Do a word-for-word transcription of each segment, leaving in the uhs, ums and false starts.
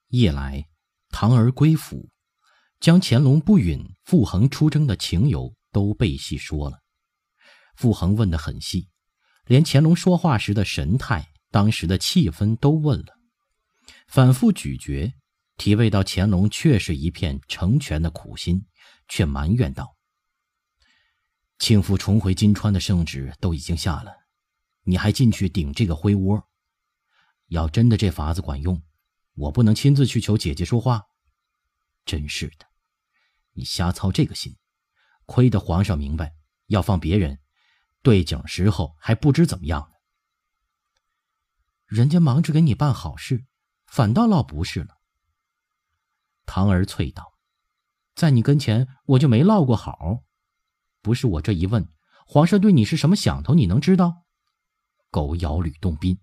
夜来，堂儿归府，将乾隆不允傅恒出征的情由都背细说了。傅恒问得很细，连乾隆说话时的神态、当时的气氛都问了，反复咀嚼，体味到乾隆确是一片成全的苦心，却埋怨道：庆父重回金川的圣旨都已经下了，你还进去顶这个灰窝？要真的这法子管用，我不能亲自去求姐姐说话？真是的，你瞎操这个心，亏得皇上明白，要放别人，对景时候还不知怎么样呢。人家忙着给你办好事，反倒落不是了。堂儿啐道：在你跟前我就没落过好，不是我这一问，皇上对你是什么想头，你能知道？狗咬吕洞宾。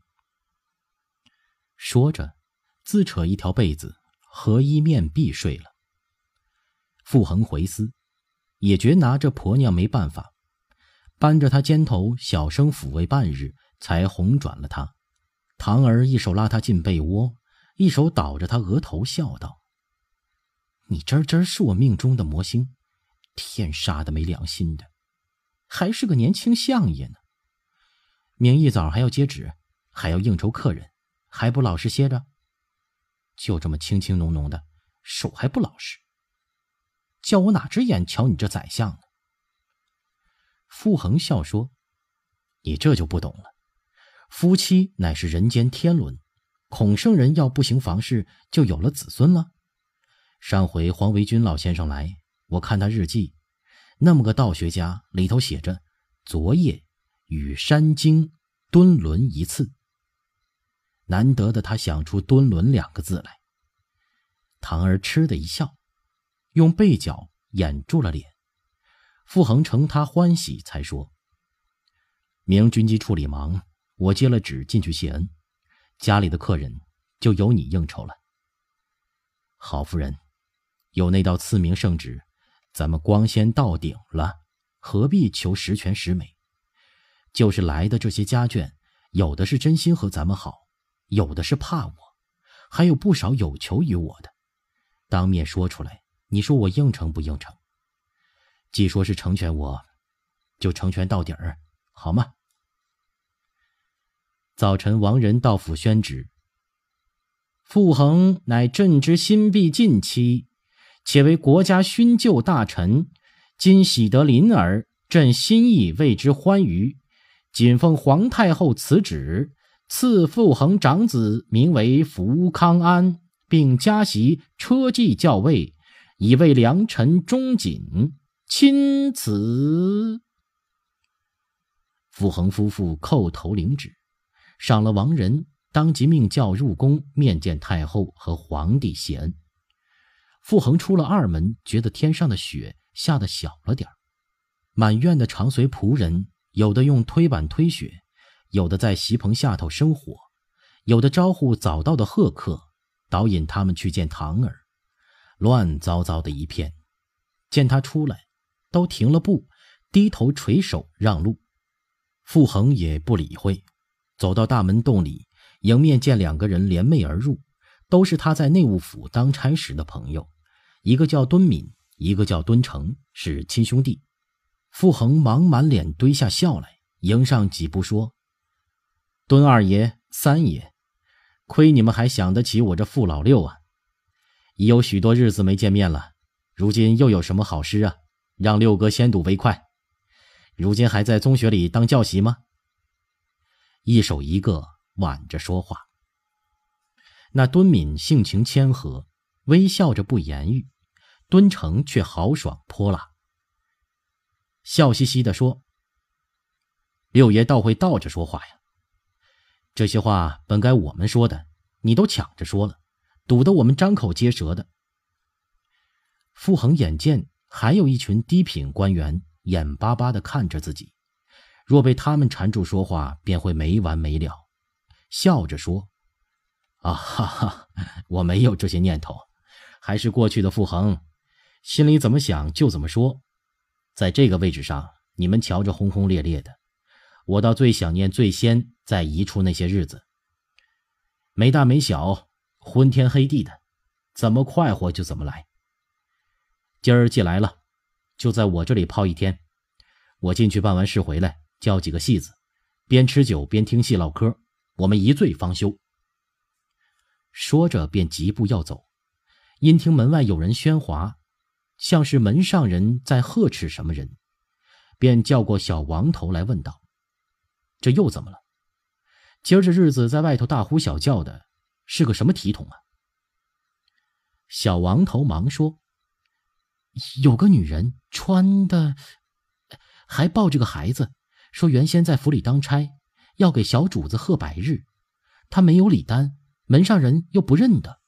说着，自扯一条被子，合衣面壁睡了。傅恒回思，也觉拿着婆娘没办法，扳着她肩头小声抚慰半日，才哄转了她。堂儿一手拉她进被窝，一手倒着她额头笑道：你真真是我命中的魔星，天杀的没良心的，还是个年轻相爷呢。明一早还要接旨，还要应酬客人，还不老实歇着？就这么轻轻浓浓的，手还不老实，叫我哪只眼瞧你这宰相呢？傅恒笑说：你这就不懂了，夫妻乃是人间天伦，孔圣人要不行房事，就有了子孙了。上回黄维军老先生来，我看他日记，那么个道学家，里头写着昨夜与山精敦伦一次。难得的他想出敦伦两个字来。堂儿嗤的一笑，用被角掩住了脸。傅恒承他欢喜，才说：明军机处理忙，我接了旨进去谢恩，家里的客人就由你应酬了。好夫人，有那道赐名圣旨，咱们光鲜到顶了，何必求十全十美？就是来的这些家眷，有的是真心和咱们好，有的是怕我，还有不少有求于我的。当面说出来，你说我应承不应承？既说是成全我，就成全到底儿，好吗？早晨王仁到府宣旨：傅恒乃朕之心臂近戚，且为国家勋旧大臣，今喜得临耳，朕心意为之欢愉。谨奉皇太后此旨，赐傅恒长子名为福康安，并加袭车骑校尉，以为良臣忠谨。钦此。傅恒夫妇叩头领旨，赏了王仁，当即命轿入宫面见太后和皇帝谢恩。傅恒出了二门，觉得天上的雪下得小了点儿，满院的长随仆人，有的用推板推雪，有的在席棚下头生火，有的招呼早到的贺客，导引他们去见堂儿，乱糟糟的一片。见他出来，都停了步，低头垂手让路。傅恒也不理会，走到大门洞里，迎面见两个人联袂而入，都是他在内务府当差时的朋友，一个叫敦敏，一个叫敦成，是亲兄弟。傅恒忙满脸堆下笑来，迎上几步说：敦二爷、三爷，亏你们还想得起我这傅老六啊！已有许多日子没见面了，如今又有什么好事啊？让六哥先睹为快。如今还在宗学里当教习吗？一手一个挽着说话。那敦敏性情谦和，微笑着不言语，敦成却豪爽泼辣，笑嘻嘻地说：六爷倒会倒着说话呀，这些话本该我们说的，你都抢着说了，堵得我们张口结舌的。傅恒眼见还有一群低品官员眼巴巴地看着自己，若被他们缠住说话，便会没完没了，笑着说：啊哈哈，我没有这些念头，还是过去的傅恒，心里怎么想就怎么说。在这个位置上，你们瞧着轰轰烈烈的，我倒最想念最先再移出那些日子，没大没小，昏天黑地的， 怎么快活就怎么来。今儿既来了，就在我这里泡一天。我进去办完事回来，叫几个戏子，边吃酒边听戏唠嗑，我们一醉方休。说着便疾步要走，因听门外有人喧哗，像是门上人在呵斥什么人，便叫过小王头来问道：这又怎么了？今儿这日子在外头大呼小叫的，是个什么体统啊？小王头忙说：有个女人穿的，还抱着个孩子，说原先在府里当差，要给小主子贺百日，他没有礼单，门上人又不认得。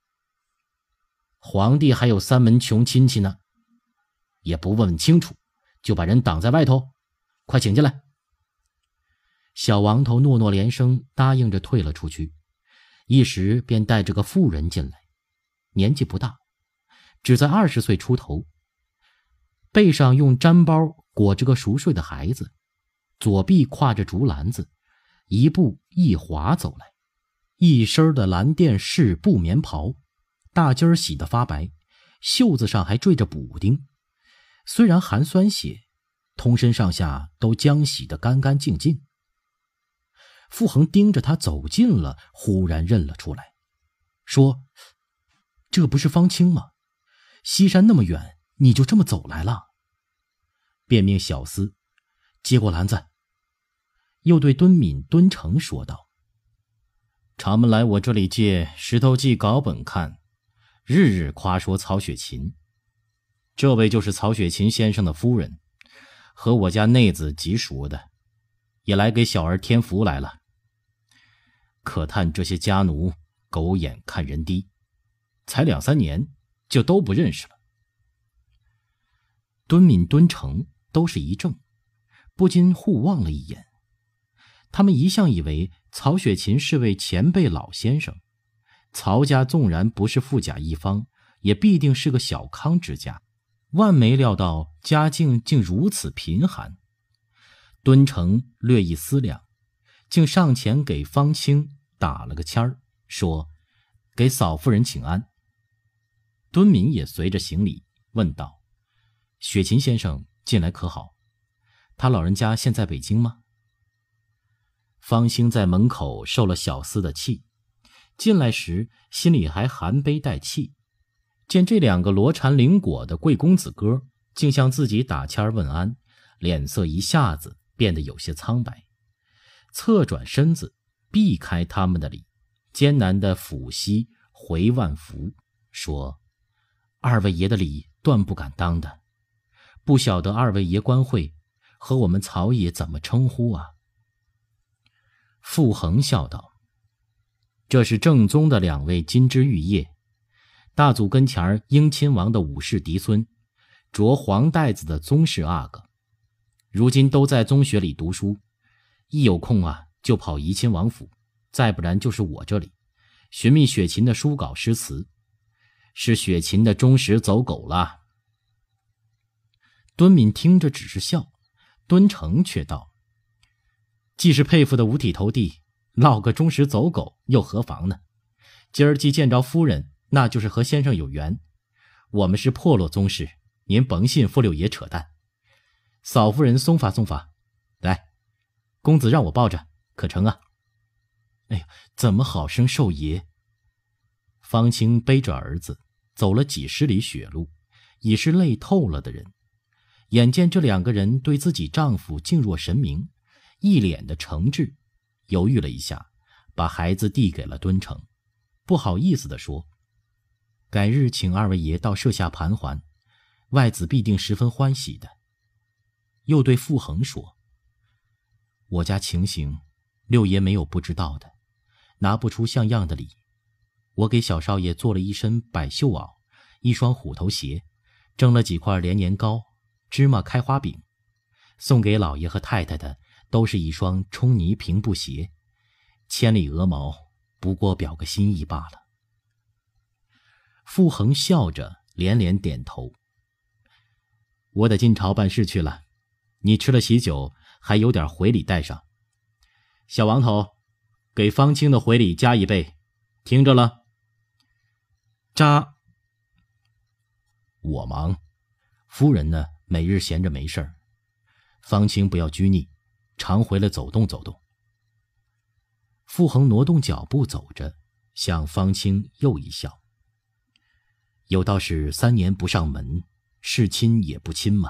皇帝还有三门穷亲戚呢，也不问问清楚，就把人挡在外头，快请进来。小王头诺诺连声答应着退了出去，一时便带着个妇人进来，年纪不大，只在二十岁出头，背上用毡包裹着个熟睡的孩子，左臂挎着竹篮子，一步一滑走来，一身的蓝靛式布棉袍，大襟儿洗得发白，袖子上还缀着补丁，虽然寒酸些，通身上下都将洗得干干净净。傅恒盯着他走近了，忽然认了出来，说：这不是方清吗？西山那么远，你就这么走来了？便命小厮接过篮子，又对敦敏、敦成说道：常们来我这里借石头记稿本看，日日夸说曹雪芹。这位就是曹雪芹先生的夫人，和我家内子极熟的，也来给小儿添福来了。可叹这些家奴狗眼看人低，才两三年就都不认识了。敦敏、敦成都是一怔，不禁互望了一眼。他们一向以为曹雪芹是位前辈老先生，曹家纵然不是富甲一方，也必定是个小康之家，万没料到家境竟如此贫寒。敦成略一思量，竟上前给方清打了个签儿，说：给嫂夫人请安。敦敏也随着行礼，问道：雪芹先生近来可好？他老人家现在北京吗？方兴在门口受了小厮的气，进来时心里还含悲带气，见这两个罗蝉绫裹的贵公子哥竟向自己打签问安，脸色一下子变得有些苍白，侧转身子避开他们的礼，艰难地抚膝回万福，说：二位爷的礼断不敢当的，不晓得二位爷官会和我们曹爷怎么称呼啊？傅恒笑道：这是正宗的两位金枝玉叶，大祖跟前儿英亲王的五世嫡孙，着黄带子的宗室阿哥，如今都在宗学里读书，一有空啊就跑怡亲王府，再不然就是我这里寻觅雪芹的书稿诗词，是雪芹的忠实走狗了。敦敏听着只是笑，敦成却道：既是佩服的五体投地，落个忠实走狗又何妨呢？今儿既见着夫人，那就是和先生有缘。我们是破落宗室，您甭信傅六爷扯淡。嫂夫人松发松发，来，公子让我抱着，可成啊？哎呀，怎么好生受爷？方清背着儿子走了几十里雪路，已是累透了的人，眼见这两个人对自己丈夫敬若神明，一脸的诚挚，犹豫了一下，把孩子递给了敦成，不好意思地说：改日请二位爷到舍下盘桓，外子必定十分欢喜的。又对傅恒说：我家情形，六爷没有不知道的，拿不出像样的礼。我给小少爷做了一身百绣袄，一双虎头鞋，蒸了几块连年糕、芝麻开花饼，送给老爷和太太的都是一双冲泥平布鞋，千里鹅毛，不过表个心意罢了。傅恒笑着连连点头：我得进朝办事去了，你吃了喜酒，还有点回礼带上。小王头，给方清的回礼加一倍，听着了。 扎。我忙，夫人呢，每日闲着没事儿。方清不要拘泥，常回来走动走动。傅恒挪动脚步走着，向方清又一笑。有道是三年不上门，是亲也不亲吗？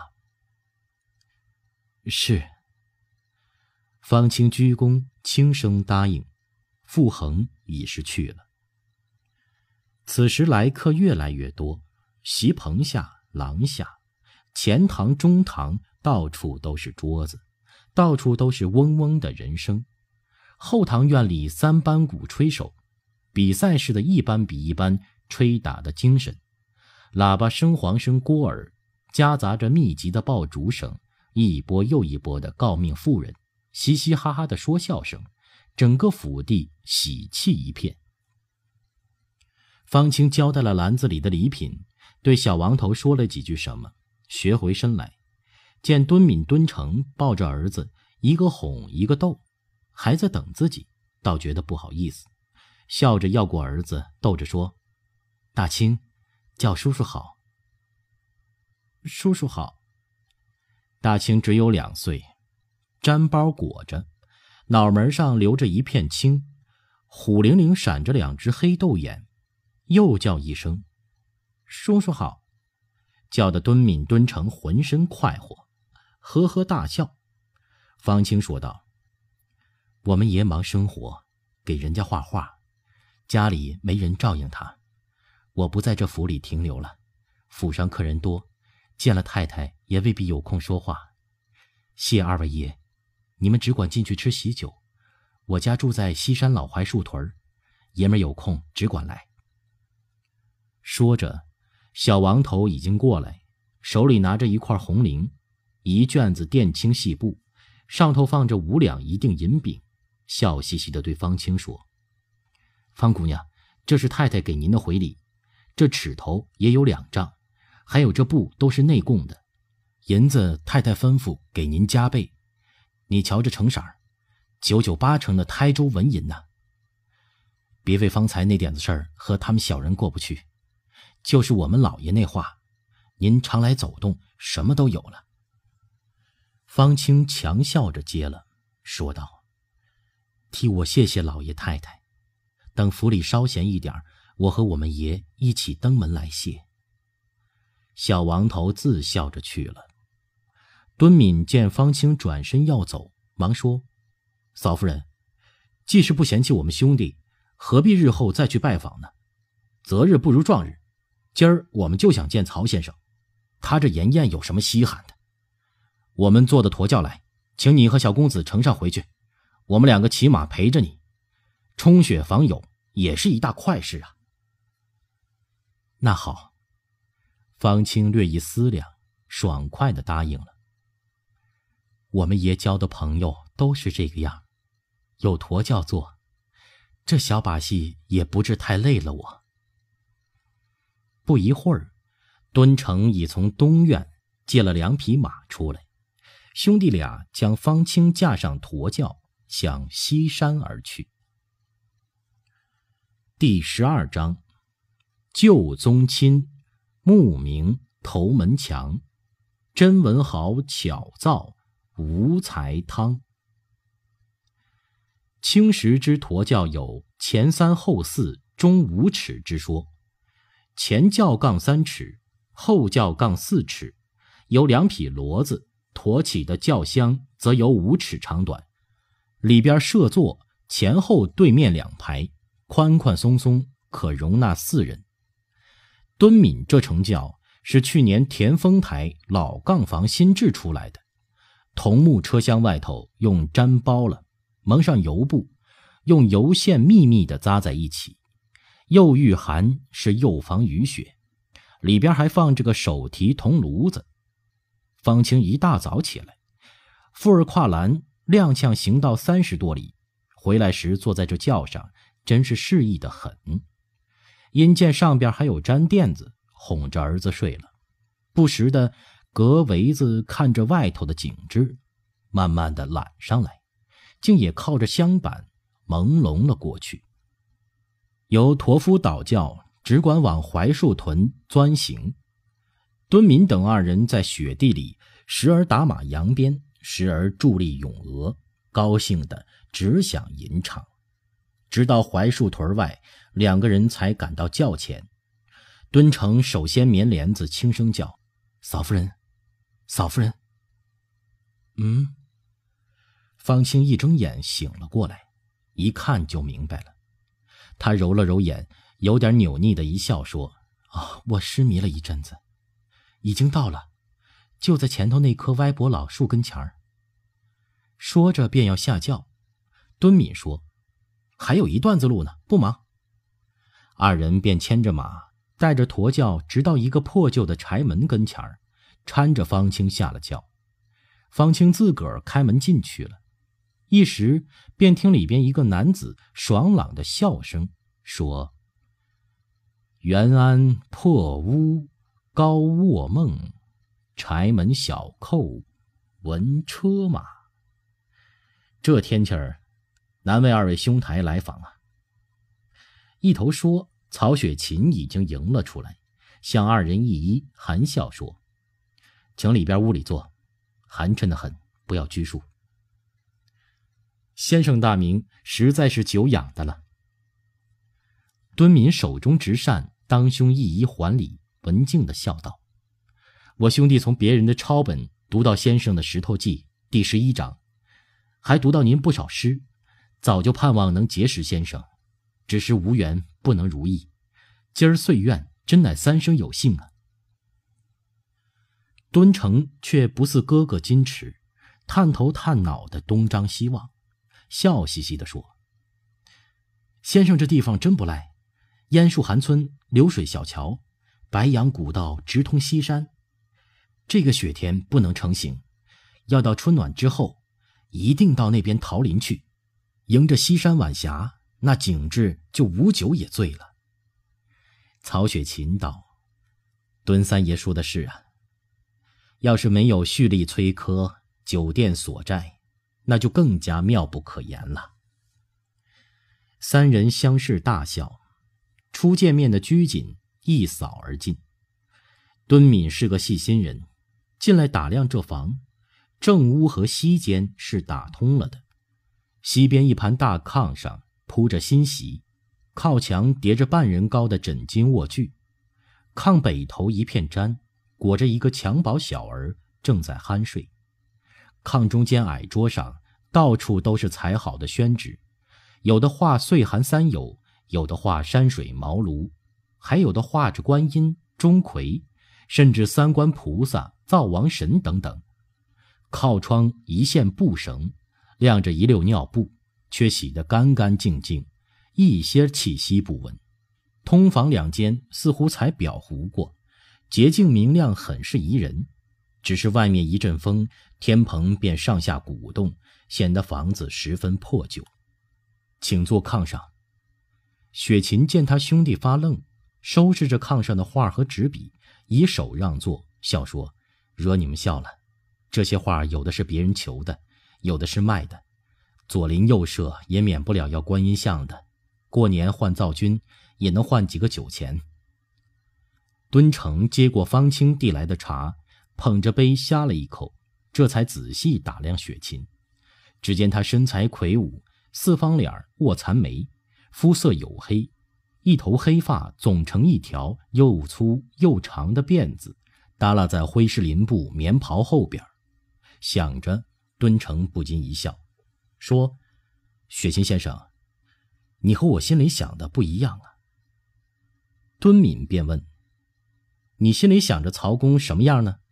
是。方清鞠躬，轻声答应。傅恒已是去了。此时来客越来越多，席棚下、廊下、前堂、中堂，到处都是桌子，到处都是嗡嗡的人声。后堂院里三班鼓吹手，比赛似的一班比一班吹打的精神，喇叭声、黄声、聒耳，夹杂着密集的爆竹声，一波又一波的告命妇人，嘻嘻哈哈的说笑声，整个府地喜气一片。方清交代了篮子里的礼品，对小王头说了几句什么，学回身来，见敦敏、敦成抱着儿子，一个哄一个逗，还在等自己，倒觉得不好意思，笑着要过儿子，逗着说：“大清，叫叔叔好。”叔叔好。大清只有两岁，毡包裹着，脑门上留着一片青，虎灵灵闪着两只黑豆眼，又叫一声：“叔叔好！”叫得敦敏、敦成浑身快活，呵呵大笑。方清说道：“我们爷忙生活，给人家画画，家里没人照应他，我不在这府里停留了。府上客人多，见了太太也未必有空说话。谢二位爷，你们只管进去吃喜酒。我家住在西山老槐树屯，爷们有空只管来。”说着，小王头已经过来，手里拿着一块红绫，一卷子靛青细布，上头放着五两一锭银饼，笑嘻嘻地对方清说：“方姑娘，这是太太给您的回礼，这尺头也有两丈，还有这布都是内供的，银子太太吩咐给您加倍。你瞧这成色儿，九九八成的台州纹银呐、啊！别为方才那点子事儿和他们小人过不去，就是我们老爷那话，您常来走动，什么都有了。”方清强笑着接了，说道：“替我谢谢老爷太太，等府里稍闲一点，我和我们爷一起登门来谢。”小王头自笑着去了。敦敏见方清转身要走，忙说：“嫂夫人，既是不嫌弃我们兄弟，何必日后再去拜访呢？择日不如撞日，今儿我们就想见曹先生，他这筵宴有什么稀罕的？我们坐的驼轿来，请你和小公子乘上回去，我们两个骑马陪着你，冲雪访友也是一大快事啊。”那好。方清略一思量，爽快地答应了。我们爷交的朋友都是这个样，有驼轿坐，这小把戏也不至太累了我。不一会儿，敦成已从东院借了两匹马出来，兄弟俩将方清架上驼轿，向西山而去。第十二章，旧宗亲，慕名头门墙，真文豪巧造无才汤。青石之驼轿有前三后四中五尺之说，前轿杠三尺，后轿杠四尺，有两匹骡子，驮起的轿厢则有五尺长短，里边设座，前后对面两排，宽宽松松，可容纳四人。敦敏这乘轿是去年田丰台老杠房新制出来的，桐木车厢外头用毡包了，蒙上油布，用油线密密地扎在一起，又御寒是又防雨雪，里边还放着个手提铜炉子。方清一大早起来，富儿跨栏踉跄行到三十多里，回来时坐在这轿上，真是适意得很。因见上边还有毡垫子，哄着儿子睡了，不时的隔围子看着外头的景致，慢慢的揽上来，竟也靠着香板朦胧了过去。由驼夫倒轿只管往槐树屯钻行。敦敏等二人在雪地里时而打马扬鞭，时而伫立咏鹅，高兴的只想吟唱。直到槐树屯外，两个人才赶到轿前。敦成首先棉帘子轻声叫：“嫂夫人，嫂夫人。”嗯。方清一睁眼醒了过来，一看就明白了。他揉了揉眼，有点扭捏的一笑说：“哦，我失迷了一阵子，已经到了，就在前头那棵歪脖老树跟前儿。”说着便要下轿。敦敏说：“还有一段子路呢，不忙。”二人便牵着马，带着驼轿，直到一个破旧的柴门跟前儿，搀着方清下了轿。方清自个儿开门进去了，一时便听里边一个男子爽朗的笑声，说：“元安破屋高卧梦，柴门小扣闻车马。”这天气儿，难为二位兄台来访啊。一头说，曹雪芹已经迎了出来，向二人一揖，含笑说：“请里边屋里坐，寒碜得很，不要拘束。”先生大名，实在是久仰的了。敦敏手中执扇，当胸一揖还礼，文静地笑道：“我兄弟从别人的抄本读到先生的《石头记》第十一章，还读到您不少诗，早就盼望能结识先生，只是无缘不能如意。今儿遂愿，真乃三生有幸啊。”敦成却不似哥哥矜持，探头探脑的东张西望，笑嘻嘻地说：“先生这地方真不赖，烟树寒村，流水小桥，白杨古道直通西山。这个雪天不能成行，要到春暖之后，一定到那边桃林去，迎着西山晚霞，那景致就无酒也醉了。”曹雪芹道：“敦三爷说的是啊，要是没有蓄力催科，酒店所在，那就更加妙不可言了。”三人相视大笑，初见面的拘谨一扫而尽。敦敏是个细心人，进来打量这房，正屋和西间是打通了的。西边一盘大炕上铺着新席，靠墙叠着半人高的枕巾卧具，炕北头一片毡，裹着一个襁褓小儿正在酣睡。炕中间矮桌上到处都是裁好的宣纸，有的画岁寒三友，有的画山水茅庐，还有的画着观音、钟馗，甚至三官菩萨、灶王神等等。靠窗一线布绳，晾着一溜尿布，却洗得干干净净，一些气息不闻。通房两间似乎才裱糊过，洁净明亮，很是宜人。只是外面一阵风，天棚便上下鼓动，显得房子十分破旧。请坐炕上。雪芹见他兄弟发愣，收拾着炕上的画和纸笔，以手让座，笑说：“惹你们笑了，这些画有的是别人求的，有的是卖的，左邻右舍也免不了要观音像的，过年换灶君也能换几个酒钱。”敦成接过方清递来的茶，捧着杯呷了一口，这才仔细打量雪芹。只见他身材魁梧，四方脸，卧蚕眉，肤色黝黑，一头黑发总成一条又粗又长的辫子，耷拉在灰湿林布棉袍后边。想着，敦成不禁一笑，说：“雪芹先生，你和我心里想的不一样啊。”敦敏便问：“你心里想着曹公什么样呢？”